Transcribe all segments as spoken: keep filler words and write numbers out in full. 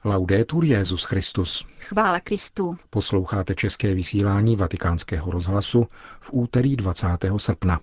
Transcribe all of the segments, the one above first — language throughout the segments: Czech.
Laudetur Jesus Christus. Chvála Kristu. Posloucháte české vysílání Vatikánského rozhlasu v úterý dvacátého srpna.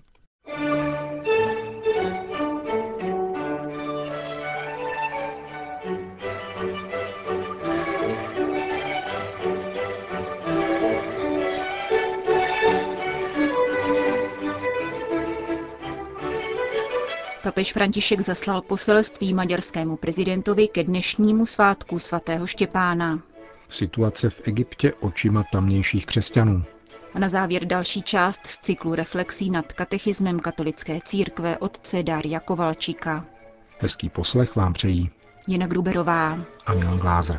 Papež František zaslal poselství maďarskému prezidentovi ke dnešnímu svátku svatého Štěpána. Situace v Egyptě očima tamnějších křesťanů. A na závěr další část z cyklu reflexí nad katechismem katolické církve otce Daria Kovalčíka. Hezký poslech vám přejí Jana Gruberová a Milan Glázer.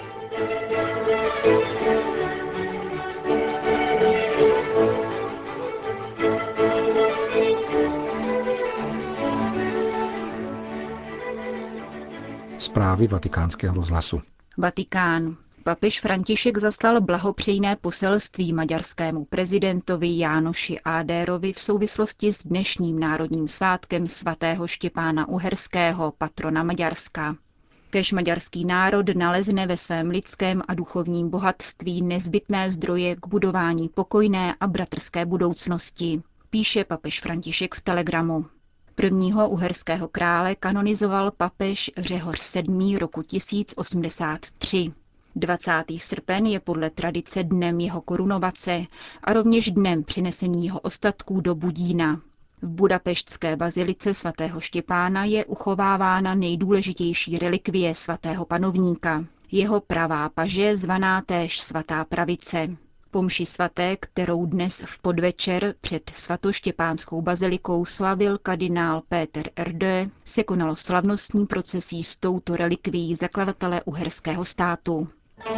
Zprávy Vatikánského rozhlasu. Vatikán. Papež František zaslal blahopřejné poselství maďarskému prezidentovi Jánoši Áderovi v souvislosti s dnešním národním svátkem svatého Štěpána Uherského, patrona Maďarska. Kéž maďarský národ nalezne ve svém lidském a duchovním bohatství nezbytné zdroje k budování pokojné a bratrské budoucnosti, píše papež František v telegramu. Prvního uherského krále kanonizoval papež Řehoř sedmý roku tisíc osmdesát tři. dvacátého srpen je podle tradice dnem jeho korunovace a rovněž dnem přinesení jeho ostatků do Budína. V budapeštské bazilice svatého Štěpána je uchovávána nejdůležitější relikvie svatého panovníka, jeho pravá paže zvaná též svatá pravice. Po mši svaté, kterou dnes v podvečer před svatoštěpánskou bazilikou slavil kardinál Péter Erdő, se konalo slavnostní procesí s touto relikvií zakladatele uherského státu.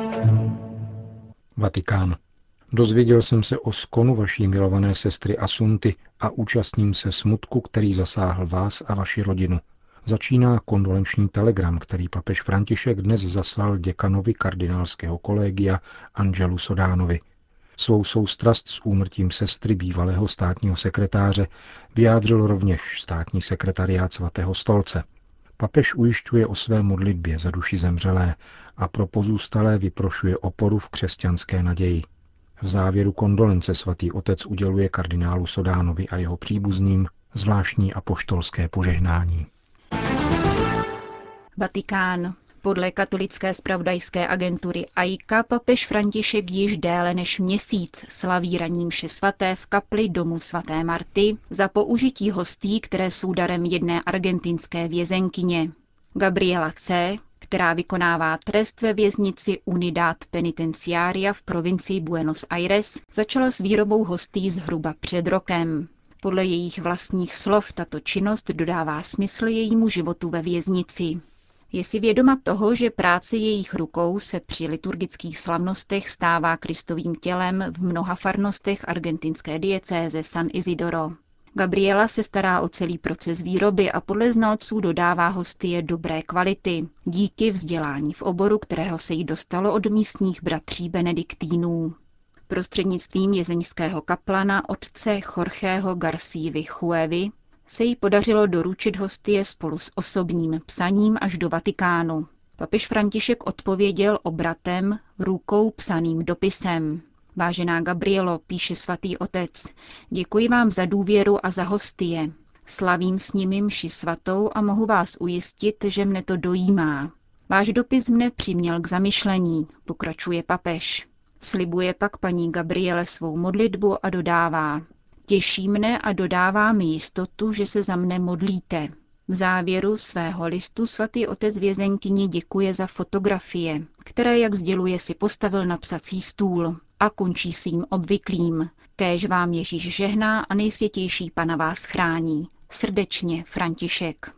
Vatikán. Dozvěděl jsem se o skonu vaší milované sestry Asunty a účastním se smutku, který zasáhl vás a vaši rodinu. Začíná kondolenční telegram, který papež František dnes zaslal děkanovi kardinálského kolegia Angelu Sodánovi. Svou soustrast s úmrtím sestry bývalého státního sekretáře vyjádřil rovněž státní sekretariát svatého stolce. Papež ujišťuje o své modlitbě za duši zemřelé a pro pozůstalé vyprošuje oporu v křesťanské naději. V závěru kondolence svatý otec uděluje kardinálu Sodánovi a jeho příbuzným zvláštní apoštolské požehnání. Vatikán. Podle katolické zpravodajské agentury A I K A papež František již déle než měsíc slaví ranní mše svaté v kapli domu svaté Marty za použití hostí, které jsou darem jedné argentinské vězenkyně. Gabriela C., která vykonává trest ve věznici Unidad Penitenciaria v provincii Buenos Aires, začala s výrobou hostí zhruba před rokem. Podle jejich vlastních slov tato činnost dodává smysl jejímu životu ve věznici. Je si vědoma toho, že práce jejich rukou se při liturgických slavnostech stává Kristovým tělem v mnoha farnostech argentinské diecéze San Isidoro. Gabriela se stará o celý proces výroby a podle znalců dodává hostie dobré kvality, díky vzdělání v oboru, kterého se jí dostalo od místních bratří benediktínů. Prostřednictvím vězeňského kaplana otce Jorgeho Garcívy Chuevy se jí podařilo doručit hostie spolu s osobním psaním až do Vatikánu. Papež František odpověděl obratem rukou psaným dopisem. Vážená Gabrielo, píše svatý otec, děkuji vám za důvěru a za hostie. Slavím s nimi mši svatou a mohu vás ujistit, že mne to dojímá. Váš dopis mne přiměl k zamyšlení, pokračuje papež. Slibuje pak paní Gabriele svou modlitbu a dodává. Těší mne a dodává mi jistotu, že se za mne modlíte. V závěru svého listu svatý otec vězenkyni děkuje za fotografie, které, jak sděluje, si postavil na psací stůl a končí svým obvyklým. Kéž vám Ježíš žehná a nejsvětější Pana vás chrání. Srdečně František.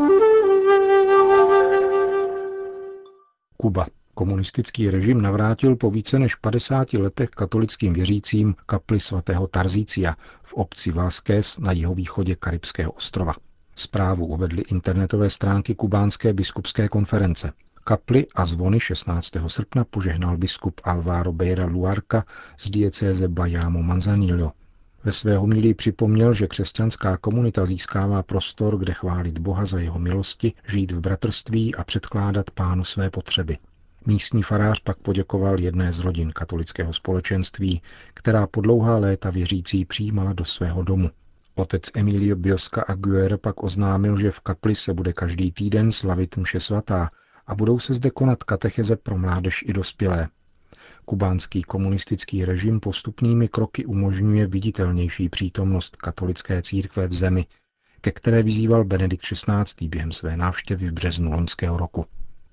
Kuba. Komunistický režim navrátil po více než padesáti letech katolickým věřícím kapli svatého Tarzícia v obci Vázquez na jihovýchodě Karibského ostrova. Zprávu uvedly internetové stránky kubánské biskupské konference. Kapli a zvony šestnáctého srpna požehnal biskup Alvaro Beira Luarca z diecéze Bayamo Manzanillo. Ve své homilii připomněl, že křesťanská komunita získává prostor, kde chválit Boha za jeho milosti, žít v bratrství a předkládat Pánu své potřeby. Místní farář pak poděkoval jedné z rodin katolického společenství, která po dlouhá léta věřící přijímala do svého domu. Otec Emilio Biosca Aguirre pak oznámil, že v kapli se bude každý týden slavit mše svatá a budou se zde konat katecheze pro mládež i dospělé. Kubánský komunistický režim postupnými kroky umožňuje viditelnější přítomnost katolické církve v zemi, ke které vyzýval Benedikt šestnáctý. Během své návštěvy v březnu loňského roku.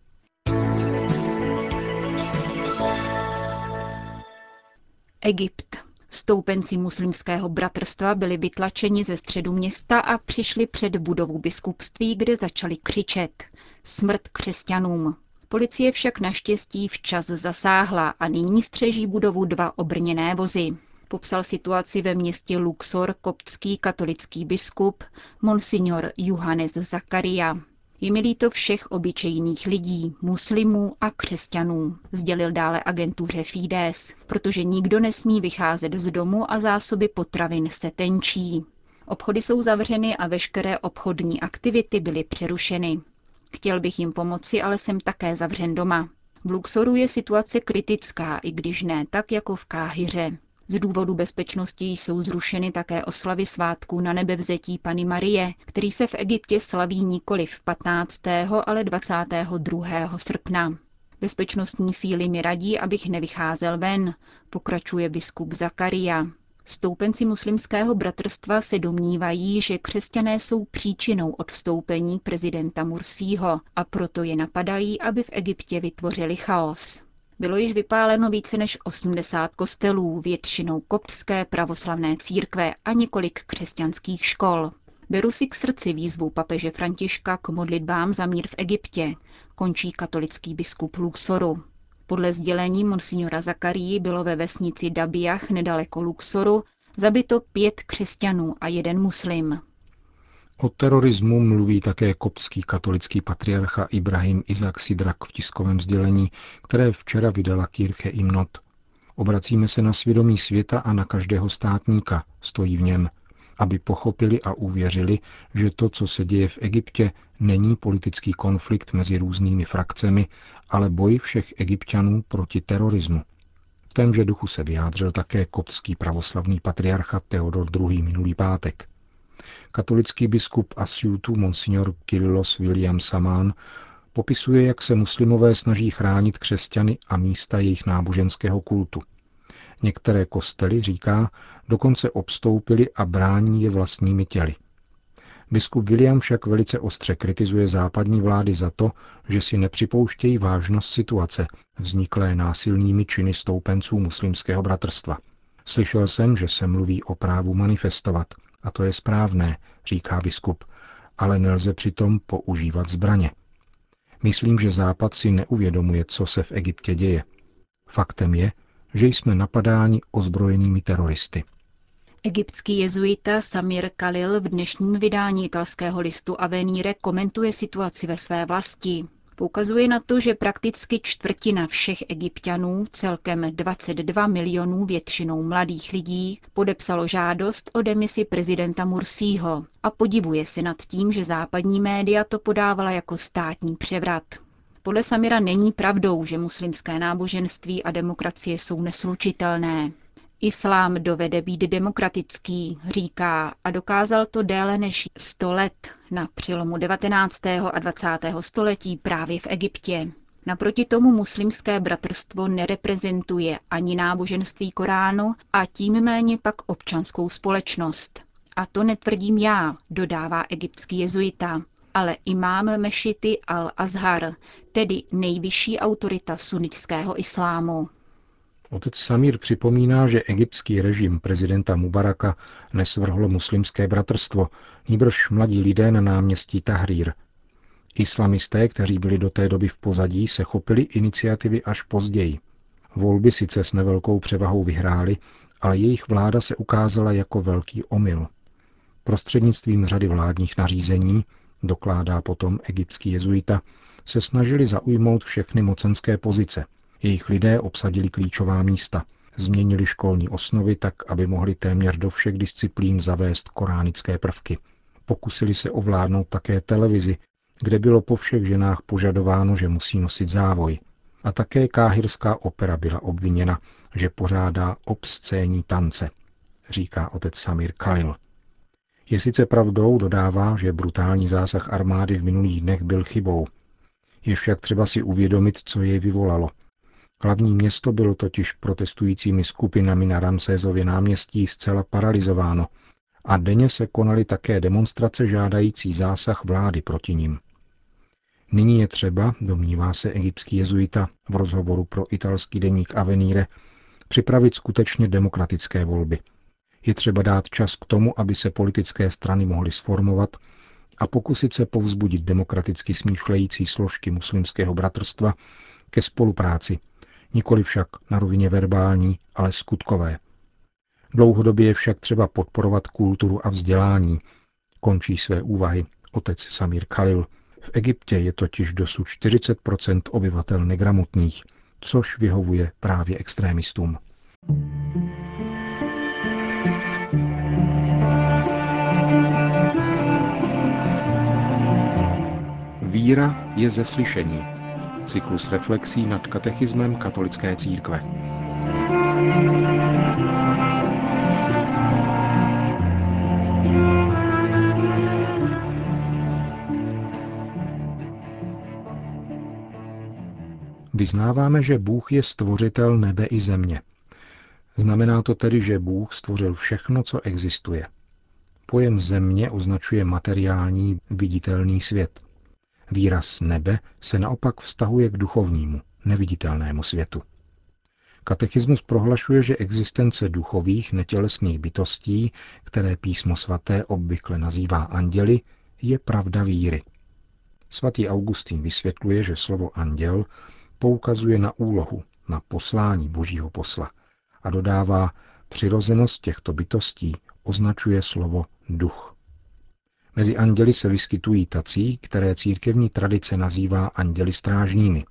Egypt. Stoupenci muslimského bratrstva byli vytlačeni ze středu města a přišli před budovu biskupství, kde začali křičet: Smrt křesťanům! Policie však naštěstí včas zasáhla a nyní střeží budovu dva obrněné vozy. Popsal situaci ve městě Luxor koptský katolický biskup Monsignor Johannes Zakaria. Je mi líto všech obyčejných lidí, muslimů a křesťanů, sdělil dále agentuře Fides, protože nikdo nesmí vycházet z domu a zásoby potravin se tenčí. Obchody jsou zavřeny a veškeré obchodní aktivity byly přerušeny. Chtěl bych jim pomoci, ale jsem také zavřen doma. V Luxoru je situace kritická, i když ne tak jako v Káhiře. Z důvodu bezpečnosti jsou zrušeny také oslavy svátků na nebevzetí Panny Marie, který se v Egyptě slaví nikoliv patnáctého ale dvacátého druhého srpna. Bezpečnostní síly mi radí, abych nevycházel ven, pokračuje biskup Zakaria. Stoupenci muslimského bratrstva se domnívají, že křesťané jsou příčinou odstoupení prezidenta Mursího a proto je napadají, aby v Egyptě vytvořili chaos. Bylo již vypáleno více než osmdesát kostelů, většinou koptské pravoslavné církve a několik křesťanských škol. Beru si k srdci výzvu papeže Františka k modlitbám za mír v Egyptě, končí katolický biskup Luxoru. Podle sdělení monsignora Zakarii bylo ve vesnici Dabiach nedaleko Luxoru zabito pět křesťanů a jeden muslim. O terorismu mluví také koptský katolický patriarcha Ibrahim Izak Sidrak v tiskovém sdělení, které včera vydala Kirche im Not. Obracíme se na svědomí světa a na každého státníka, stojí v něm, aby pochopili a uvěřili, že to, co se děje v Egyptě, není politický konflikt mezi různými frakcemi, ale boj všech Egypťanů proti terorismu. V témže duchu se vyjádřil také koptský pravoslavný patriarcha Teodor druhý. minulý pátek. Katolický biskup Asjutu Monsignor Kyrillos William Saman popisuje, jak se muslimové snaží chránit křesťany a místa jejich náboženského kultu. Některé kostely, říká, dokonce obstoupili a brání je vlastními těly. Biskup William však velice ostře kritizuje západní vlády za to, že si nepřipouštějí vážnost situace, vzniklé násilnými činy stoupenců muslimského bratrstva. Slyšel jsem, že se mluví o právu manifestovat, a to je správné, říká biskup, ale nelze přitom používat zbraně. Myslím, že Západ si neuvědomuje, co se v Egyptě děje. Faktem je, že jsme napadáni ozbrojenými teroristy. Egyptský jezuita Samir Khalil v dnešním vydání italského listu Avvenire komentuje situaci ve své vlasti. Poukazuje na to, že prakticky čtvrtina všech Egypťanů, celkem dvacet dva milionů většinou mladých lidí, podepsalo žádost o demisi prezidenta Mursího a podivuje se nad tím, že západní média to podávala jako státní převrat. Podle Samira není pravdou, že muslimské náboženství a demokracie jsou neslučitelné. Islám dovede být demokratický, říká, a dokázal to déle než sto let na přelomu devatenáctého a dvacátého století právě v Egyptě. Naproti tomu muslimské bratrstvo nereprezentuje ani náboženství Koránu a tím méně pak občanskou společnost. A to netvrdím já, dodává egyptský jezuita, ale imám mešity al-Azhar, tedy nejvyšší autorita sunnitského islámu. Otec Samir připomíná, že egyptský režim prezidenta Mubaraka nesvrhlo muslimské bratrstvo, nýbrž mladí lidé na náměstí Tahrir. Islamisté, kteří byli do té doby v pozadí, se chopili iniciativy až později. Volby sice s nevelkou převahou vyhráli, ale jejich vláda se ukázala jako velký omyl. Prostřednictvím řady vládních nařízení, dokládá potom egyptský jezuita, se snažili zaujmout všechny mocenské pozice. Jejich lidé obsadili klíčová místa, změnili školní osnovy tak, aby mohli téměř do všech disciplín zavést koránické prvky. Pokusili se ovládnout také televizi, kde bylo po všech ženách požadováno, že musí nosit závoj. A také káhirská opera byla obviněna, že pořádá obscénní tance, říká otec Samir Khalil. Je sice pravdou, dodává, že brutální zásah armády v minulých dnech byl chybou. Je však třeba si uvědomit, co jej vyvolalo. Hlavní město bylo totiž protestujícími skupinami na Ramsézově náměstí zcela paralyzováno a denně se konaly také demonstrace žádající zásah vlády proti nim. Nyní je třeba, domnívá se egyptský jezuita v rozhovoru pro italský deník Avvenire, připravit skutečně demokratické volby. Je třeba dát čas k tomu, aby se politické strany mohly sformovat a pokusit se povzbudit demokraticky smýšlející složky muslimského bratrstva ke spolupráci, nikoli však na rovině verbální, ale skutkové. Dlouhodobě je však třeba podporovat kulturu a vzdělání, končí své úvahy otec Samir Khalil. V Egyptě je totiž dosud čtyřicet procent obyvatel negramotných, což vyhovuje právě extrémistům. Víra je ze slyšení. Cyklus reflexí nad katechismem katolické církve. Vyznáváme, že Bůh je stvořitel nebe i země. Znamená to tedy, že Bůh stvořil všechno, co existuje. Pojem země označuje materiální, viditelný svět. Výraz nebe se naopak vztahuje k duchovnímu, neviditelnému světu. Katechismus prohlašuje, že existence duchových, netělesných bytostí, které Písmo svaté obvykle nazývá anděli, je pravda víry. Svatý Augustín vysvětluje, že slovo anděl poukazuje na úlohu, na poslání Božího posla a dodává, přirozenost těchto bytostí označuje slovo duch. Mezi anděli se vyskytují tací, které církevní tradice nazývá anděli strážnými.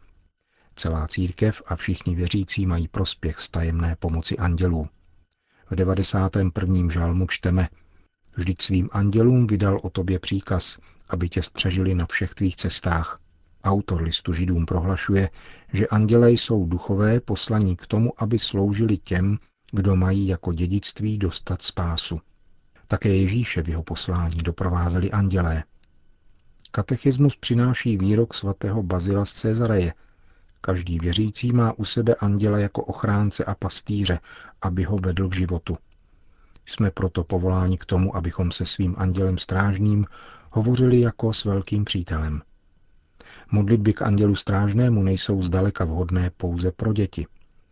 Celá církev a všichni věřící mají prospěch z tajemné pomoci andělů. V devadesátém prvním žalmu čteme: Vždyť svým andělům vydal o tobě příkaz, aby tě střežili na všech tvých cestách. Autor listu Židům prohlašuje, že andělé jsou duchové poslaní k tomu, aby sloužili těm, kdo mají jako dědictví dostat spásu. Také Ježíše v jeho poslání doprovázeli andělé. Katechismus přináší výrok svatého Bazila z Cezareje. Každý věřící má u sebe anděla jako ochránce a pastýře, aby ho vedl k životu. Jsme proto povoláni k tomu, abychom se svým andělem strážným hovořili jako s velkým přítelem. Modlitby k andělu strážnému nejsou zdaleka vhodné pouze pro děti.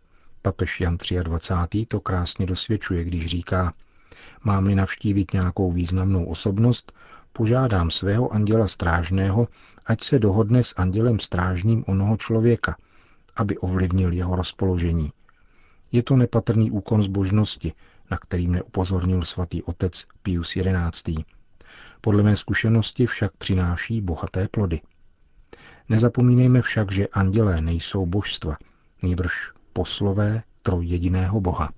Papež Jan dvacátý třetí to krásně dosvědčuje, když říká: Mám-li navštívit nějakou významnou osobnost, požádám svého anděla strážného, ať se dohodne s andělem strážným onoho člověka, aby ovlivnil jeho rozpoložení. Je to nepatrný úkon zbožnosti, na který mne upozornil svatý otec Pius jedenáctý. Podle mé zkušenosti však přináší bohaté plody. Nezapomínejme však, že andělé nejsou božstva, nýbrž poslové trojjediného Boha.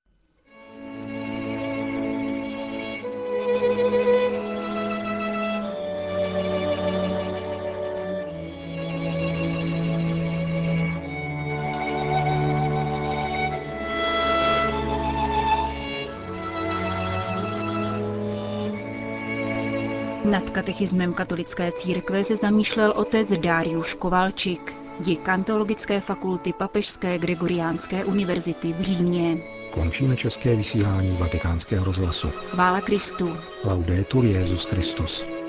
Nad katechismem katolické církve se zamýšlel otec Dariusz Kovalčik, děkan teologické fakulty Papežské Gregoriánské univerzity v Římě. Končíme české vysílání Vatikánského rozhlasu. Chvála Kristu. Laudetur Jesus Christus.